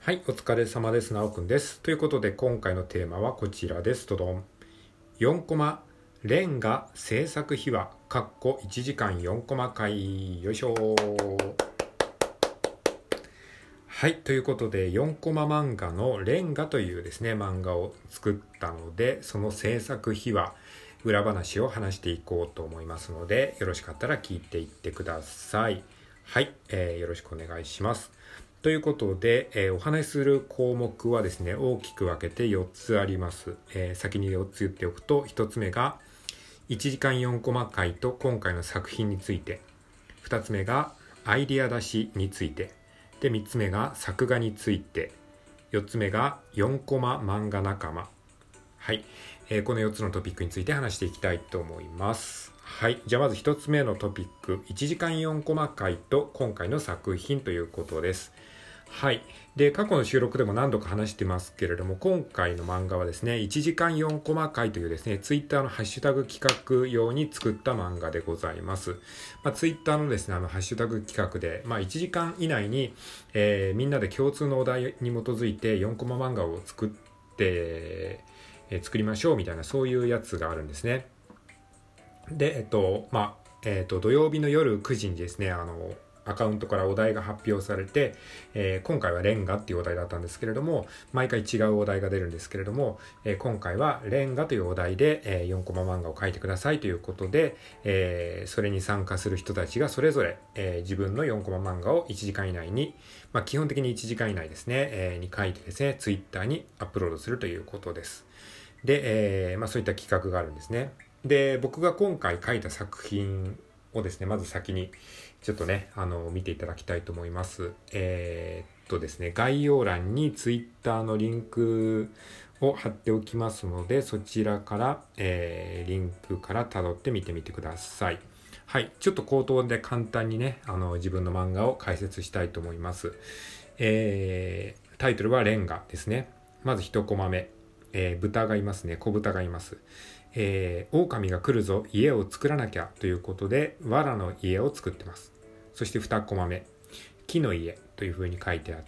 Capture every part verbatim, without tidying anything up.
はい、お疲れ様です。なおくんです。ということで、今回のテーマはこちらです。どどん。よんコマ、レンガ制作秘話、かっこいちじかんよんコマ回。よいしょ。はい、ということで、よんコマ漫画のレンガというですね、漫画を作ったので、その制作秘話、裏話を話していこうと思いますので、よろしかったら聞いていってください。はい、えー、よろしくお願いします。ということで、えー、お話しする項目はですね、大きく分けてよっつあります。えー、先によっつ言っておくと、ひとつめがいちじかんよんコマ回と今回の作品について、ふたつめがアイディア出しについて、でみっつめが作画について、よっつめがよんコマ漫画仲間。はい、えー、このよっつのトピックについて話していきたいと思います。はい、じゃあまずひとつめのトピック、いちじかんよんコマ回と今回の作品ということです。はい。で、過去の収録でも何度か話してますけれども、今回の漫画はですね、いちじかんよんコマ回というですね、ツイッターのハッシュタグ企画用に作った漫画でございます。まあ、ツイッターのですね、あの、ハッシュタグ企画で、まあ、いちじかん以内に、えー、みんなで共通のお題に基づいてよんコマ漫画を作って、えー、作りましょうみたいな、そういうやつがあるんですね。で、えっと、まあ、えっと、土曜日の夜くじにですね、あの、アカウントからお題が発表されて、えー、今回はレンガっていうお題だったんですけれども、毎回違うお題が出るんですけれども、えー、今回はレンガというお題で、えー、よんコマ漫画を描いてくださいということで、えー、それに参加する人たちがそれぞれ、えー、自分のよんコマ漫画をいちじかん以内に、まあ、基本的にいちじかん以内ですね、えー、に書いてですね、ツイッターにアップロードするということです。で、えーまあ、そういった企画があるんですね。で、僕が今回書いた作品をですね、まず先にちょっとね、あの、見ていただきたいと思います。えー、っとですね、概要欄に Twitter のリンクを貼っておきますので、そちらから、えー、リンクから辿って見てみてください。はい、ちょっと口頭で簡単にね、あの、自分の漫画を解説したいと思います。えー、タイトルはレンガですね。まずいちコマ目。えー、豚がいますね。小豚がいます。えー、狼が来るぞ、家を作らなきゃということで、藁の家を作ってます。そしてにコマ目、木の家という風に書いてあって、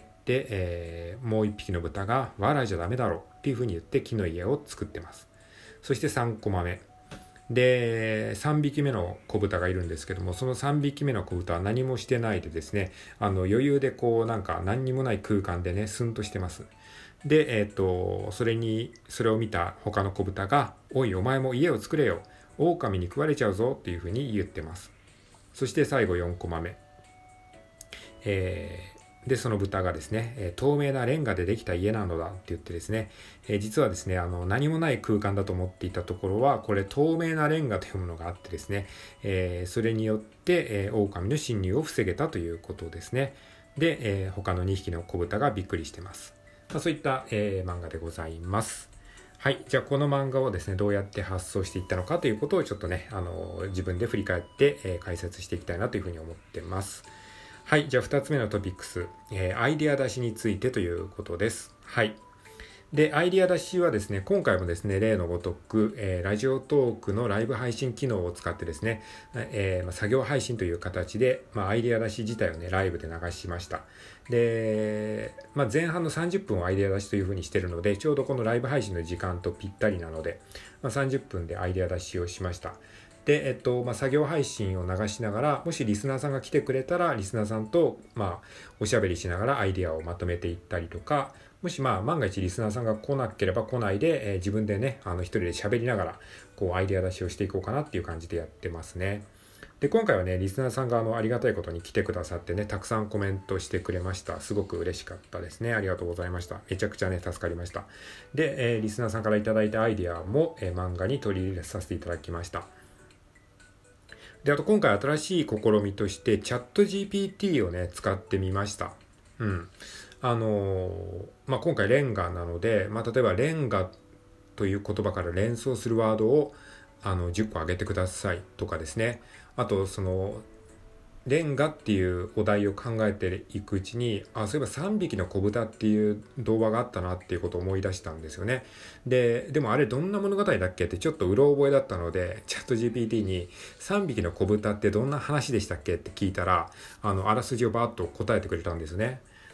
えー、もういっぴきの豚が藁じゃダメだろうっていう風に言って木の家を作ってます。そしてさんコマ目。で、さんびきめの子豚がいるんですけども、そのさんびきめの子豚は何もしてないでですね、あの余裕でこうなんか何にもない空間でね、スンとしてます。で、えっと、それに、それを見た他の子豚が、おい、お前も家を作れよ。狼に食われちゃうぞっていうふうに言ってます。そして最後よんコマ目。えー、で、その豚がですね、透明なレンガでできた家なのだって言ってですね、えー、実はですね、あの、何もない空間だと思っていたところは、これ透明なレンガというものがあってですね、えー、それによって、えー、狼の侵入を防げたということですね。で、えー、他のにひきの子豚がびっくりしてます。まあ、そういった、えー、漫画でございます。はい。じゃあ、この漫画をですね、どうやって発想していったのかということをちょっとね、あの、自分で振り返って、えー、解説していきたいなというふうに思ってます。はい。じゃあ、二つ目のトピックス、えー、アイデア出しについてということです。はい。で、アイディア出しはですね、今回もですね、例のごとく、えー、ラジオトークのライブ配信機能を使ってですね、えーまあ、作業配信という形で、まあ、アイディア出し自体をね、ライブで流しました。で、まあ、前半のさんじゅっぷんをアイディア出しというふうにしているので、ちょうどこのライブ配信の時間とぴったりなので、まあ、さんじゅっぷんでアイディア出しをしました。で、えっと、まあ、作業配信を流しながら、もしリスナーさんが来てくれたら、リスナーさんと、まあ、おしゃべりしながらアイディアをまとめていったりとか、もしまあ万が一リスナーさんが来なければ来ないで、えー、自分でね、あの一人で喋りながら、こうアイデア出しをしていこうかなっていう感じでやってますね。で、今回はね、リスナーさんがあのありがたいことに来てくださってね、たくさんコメントしてくれました。すごく嬉しかったですね。ありがとうございました。めちゃくちゃね、助かりました。で、えー、リスナーさんからいただいたアイデアも、えー、漫画に取り入れさせていただきました。で、あと今回新しい試みとして、チャット ジーピーティー をね、使ってみました。うん。あのまあ、今回レンガなので、まあ、例えばレンガという言葉から連想するワードをあのじゅっこ挙げてくださいとかですね。あとそのレンガっていうお題を考えていくうちに、あ、そういえばさんびきの子豚っていう童話があったなっていうことを思い出したんですよね。で、でもあれどんな物語だっけってちょっとうろ覚えだったので、チャット ジーピーティー にさんびきの子豚ってどんな話でしたっけって聞いたら、あの、あらすじをバーッと答えてくれたんですね。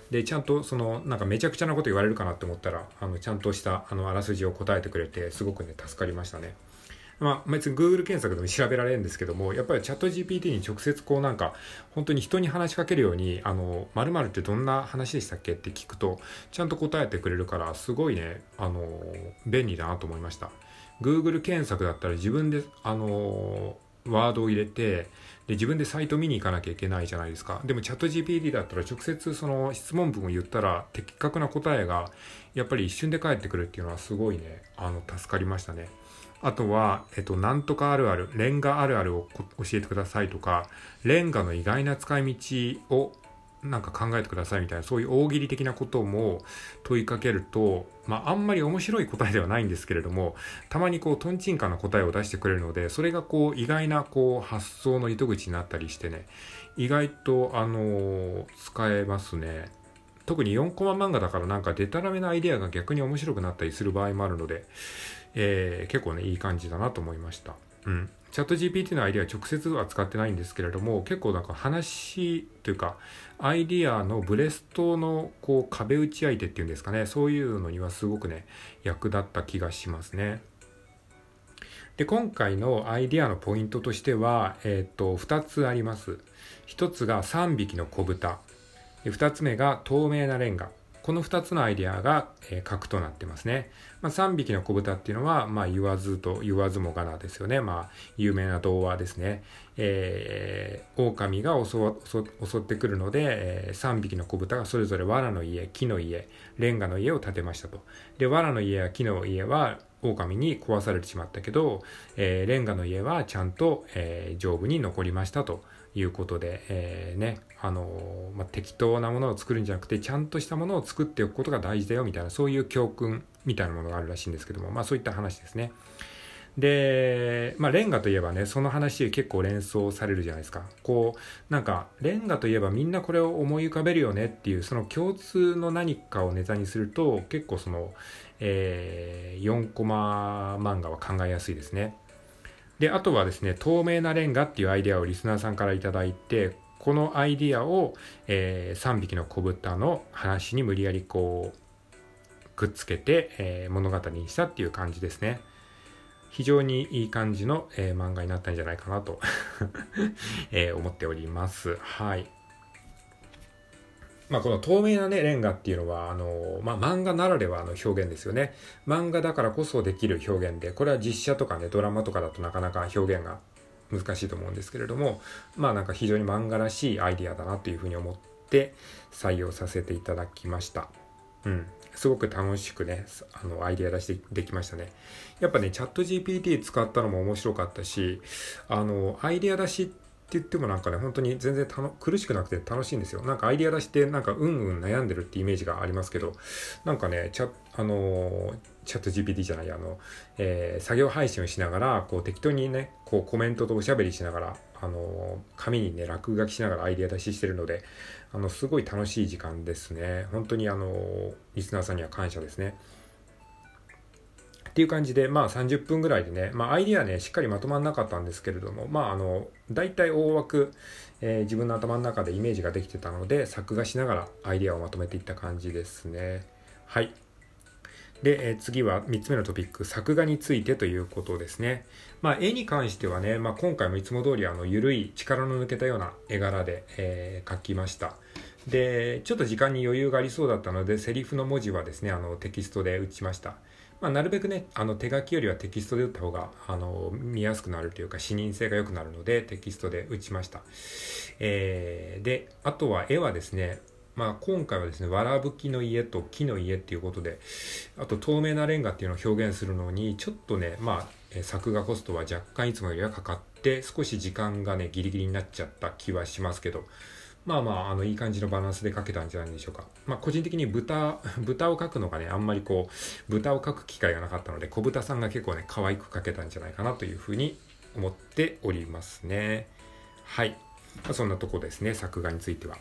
でちゃんとそのなんかめちゃくちゃなこと言われるかなって思ったらあのちゃんとしたあのあらすじを答えてくれてすごくね助かりましたね。まあ、別に Google 検索でも調べられるんですけども、やっぱりチャット ジーピーティー に直接こうなんか本当に人に話しかけるようにあの〇〇ってどんな話でしたっけって聞くとちゃんと答えてくれるからすごいねあの便利だなと思いました。 Google 検索だったら自分であのワードを入れてで自分でサイト見に行かなきゃいけないじゃないですか。でもチャット ジーピーティー だったら直接その質問文を言ったら的確な答えがやっぱり一瞬で返ってくるっていうのはすごいねあの助かりましたね。あとは、えっと、なんとかあるある、レンガあるあるを教えてくださいとか、レンガの意外な使い道をなんか考えてくださいみたいな、そういう大喜利的なことも問いかけると、まあ、あんまり面白い答えではないんですけれども、たまにこう、トンチンカンな答えを出してくれるので、それがこう、意外なこう、発想の糸口になったりしてね、意外と、あのー、使えますね。特によんコマ漫画だからなんかデタラメなアイデアが逆に面白くなったりする場合もあるので、えー、結構ねいい感じだなと思いました。うん。チャット ジーピーティー のアイデアは直接は使ってないんですけれども、結構なんか話というかアイデアのブレストのこう壁打ち相手っていうんですかね、そういうのにはすごくね役立った気がしますね。で今回のアイデアのポイントとしては、えー、とふたつあります。ひとつがさんびきの子豚、ふたつめが透明なレンガ。このふたつのアイデアが、えー、核となってますね。まあ、さんびきの子豚っていうのは、まあ、言わずと言わずもがなですよね。まあ、有名な童話ですね。えー、狼が襲襲ってくるので、えー、さんびきの子豚がそれぞれ藁の家、木の家、レンガの家を建てましたと。で、藁の家や木の家は狼に壊されてしまったけど、えー、レンガの家はちゃんと、えー、丈夫に残りましたということで、えー、ね、あのーまあ、適当なものを作るんじゃなくてちゃんとしたものを作っておくことが大事だよみたいな、そういう教訓みたいなものがあるらしいんですけども、まあそういった話ですね。で、まあレンガといえばね、その話結構連想されるじゃないですか。こうなんかレンガといえばみんなこれを思い浮かべるよねっていうその共通の何かをネタにすると結構その、えー、よんコマ漫画は考えやすいですね。で、あとはですね、透明なレンガっていうアイデアをリスナーさんからいただいて、このアイデアを、えー、さんびきの子豚の話に無理やりこうくっつけて、えー、物語にしたっていう感じですね。非常にいい感じの、えー、漫画になったんじゃないかなと、えー、思っております。はい。まあ、この透明なね、レンガっていうのは、あの、まあ、漫画ならではの表現ですよね。漫画だからこそできる表現で、これは実写とかね、ドラマとかだとなかなか表現が難しいと思うんですけれども、まあなんか非常に漫画らしいアイディアだなというふうに思って採用させていただきました。うん。すごく楽しくね、あの、アイディア出しできましたね。やっぱね、チャット ジーピーティー 使ったのも面白かったし、あの、アイディア出しってって言ってもなんかね本当に全然たの苦しくなくて楽しいんですよ。なんかアイディア出してなんかうんうん悩んでるってイメージがありますけど、なんかねチャあのー、チャット ジーピーティー じゃないあの、えー、作業配信をしながらこう適当にねこうコメントとおしゃべりしながらあのー、紙にね落書きしながらアイディア出ししてるので、あのすごい楽しい時間ですね。本当にあのー、リスナーさんには感謝ですね。っていう感じで、まあさんじゅっぷんぐらいでね、まあアイディアね、しっかりまとまんなかったんですけれども、まああの、大体大枠、えー、自分の頭の中でイメージができてたので、作画しながらアイディアをまとめていった感じですね。はい。で、えー、次はみっつめのトピック、作画についてということですね。まあ絵に関してはね、まあ今回もいつも通りあの、ゆるい力の抜けたような絵柄で、えー、描きました。で、ちょっと時間に余裕がありそうだったので、セリフの文字はですね、あの、テキストで打ちました。まあ、なるべくね、あの手書きよりはテキストで打った方があの見やすくなるというか視認性が良くなるのでテキストで打ちました。えー、で、あとは絵はですね、まあ今回はですね、わらぶきの家と木の家っていうことで、あと透明なレンガっていうのを表現するのにちょっとね、まあ作画コストは若干いつもよりはかかって少し時間がねギリギリになっちゃった気はしますけど、まあまあ、あの、いい感じのバランスで描けたんじゃないでしょうか。まあ、個人的に豚、豚を描くのがね、あんまりこう、豚を描く機会がなかったので、小豚さんが結構ね、可愛く描けたんじゃないかなというふうに思っておりますね。はい。まあ、そんなとこですね、作画については。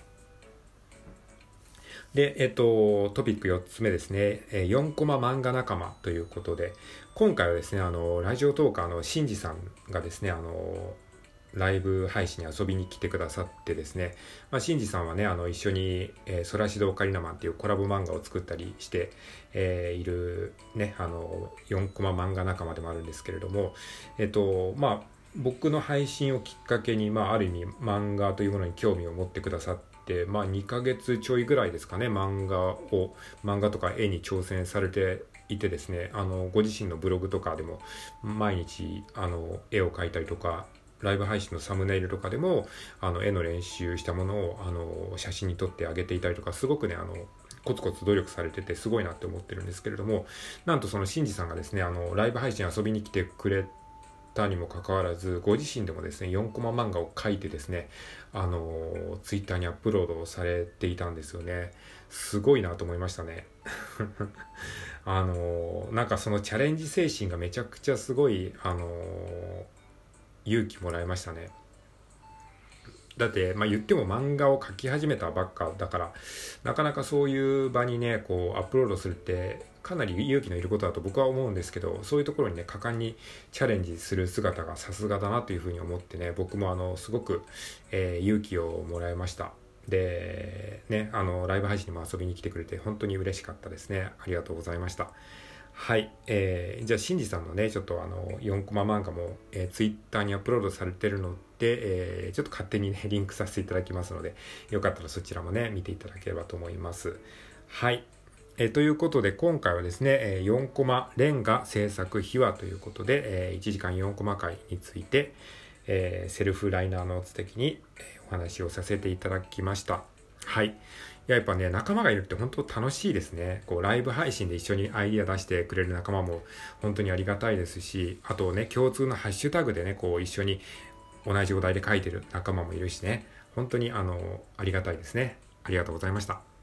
で、えっと、トピックよっつめですね、よんコマ漫画仲間ということで、今回はですね、あの、ラジオトーカーのシンジさんがですね、あの、 ライブ配信に遊びに来てくださってですね、まあ、シンジさんはね、あの一緒に、えー、ソラシドオカリナマンっていうコラボ漫画を作ったりして、えー、いるね、あのよんコマ漫画仲間でもあるんですけれども、えっと、まあ、僕の配信をきっかけに、まあ、ある意味漫画というものに興味を持ってくださって、まあ、にかげつちょいぐらいですかね、漫画を、漫画とか絵に挑戦されていてですね、あのご自身のブログとかでも毎日あの絵を描いたりとか、ライブ配信のサムネイルとかでもあの絵の練習したものをあの写真に撮ってあげていたりとか、すごくねあのコツコツ努力されててすごいなって思ってるんですけれども、なんとそのシンジさんがですね、あのライブ配信遊びに来てくれたにもかかわらず、ご自身でもですねよんコマ漫画を描いてですね、あのツイッターにアップロードされていたんですよね。すごいなと思いましたね。あのなんかそのチャレンジ精神がめちゃくちゃすごい、あの勇気もらいましたね。だって、まあ、言っても漫画を描き始めたばっかだから、なかなかそういう場にねこうアップロードするってかなり勇気のいることだと僕は思うんですけど、そういうところにね果敢にチャレンジする姿がさすがだなというふうに思ってね、僕もあのすごく、えー、勇気をもらいました。でね、あのライブ配信にも遊びに来てくれて本当に嬉しかったですね。ありがとうございました。はい、えー、じゃあシンジさんのねちょっとあのよんコマ漫画も、えー、ツイッターにアップロードされてるので、えー、ちょっと勝手にねリンクさせていただきますので、よかったらそちらもね見ていただければと思います。はい、えー、ということで今回はですね、えー、よんコマレンガ制作秘話ということで、えー、いちじかんよんコマ回について、えー、セルフライナーノーツ的に、えー、お話をさせていただきました。はい、やっぱね仲間がいるって本当楽しいですね。こうライブ配信で一緒にアイディア出してくれる仲間も本当にありがたいですし、あとね共通のハッシュタグでねこう一緒に同じお題で書いてる仲間もいるしね、本当にあのありがたいですね。ありがとうございました。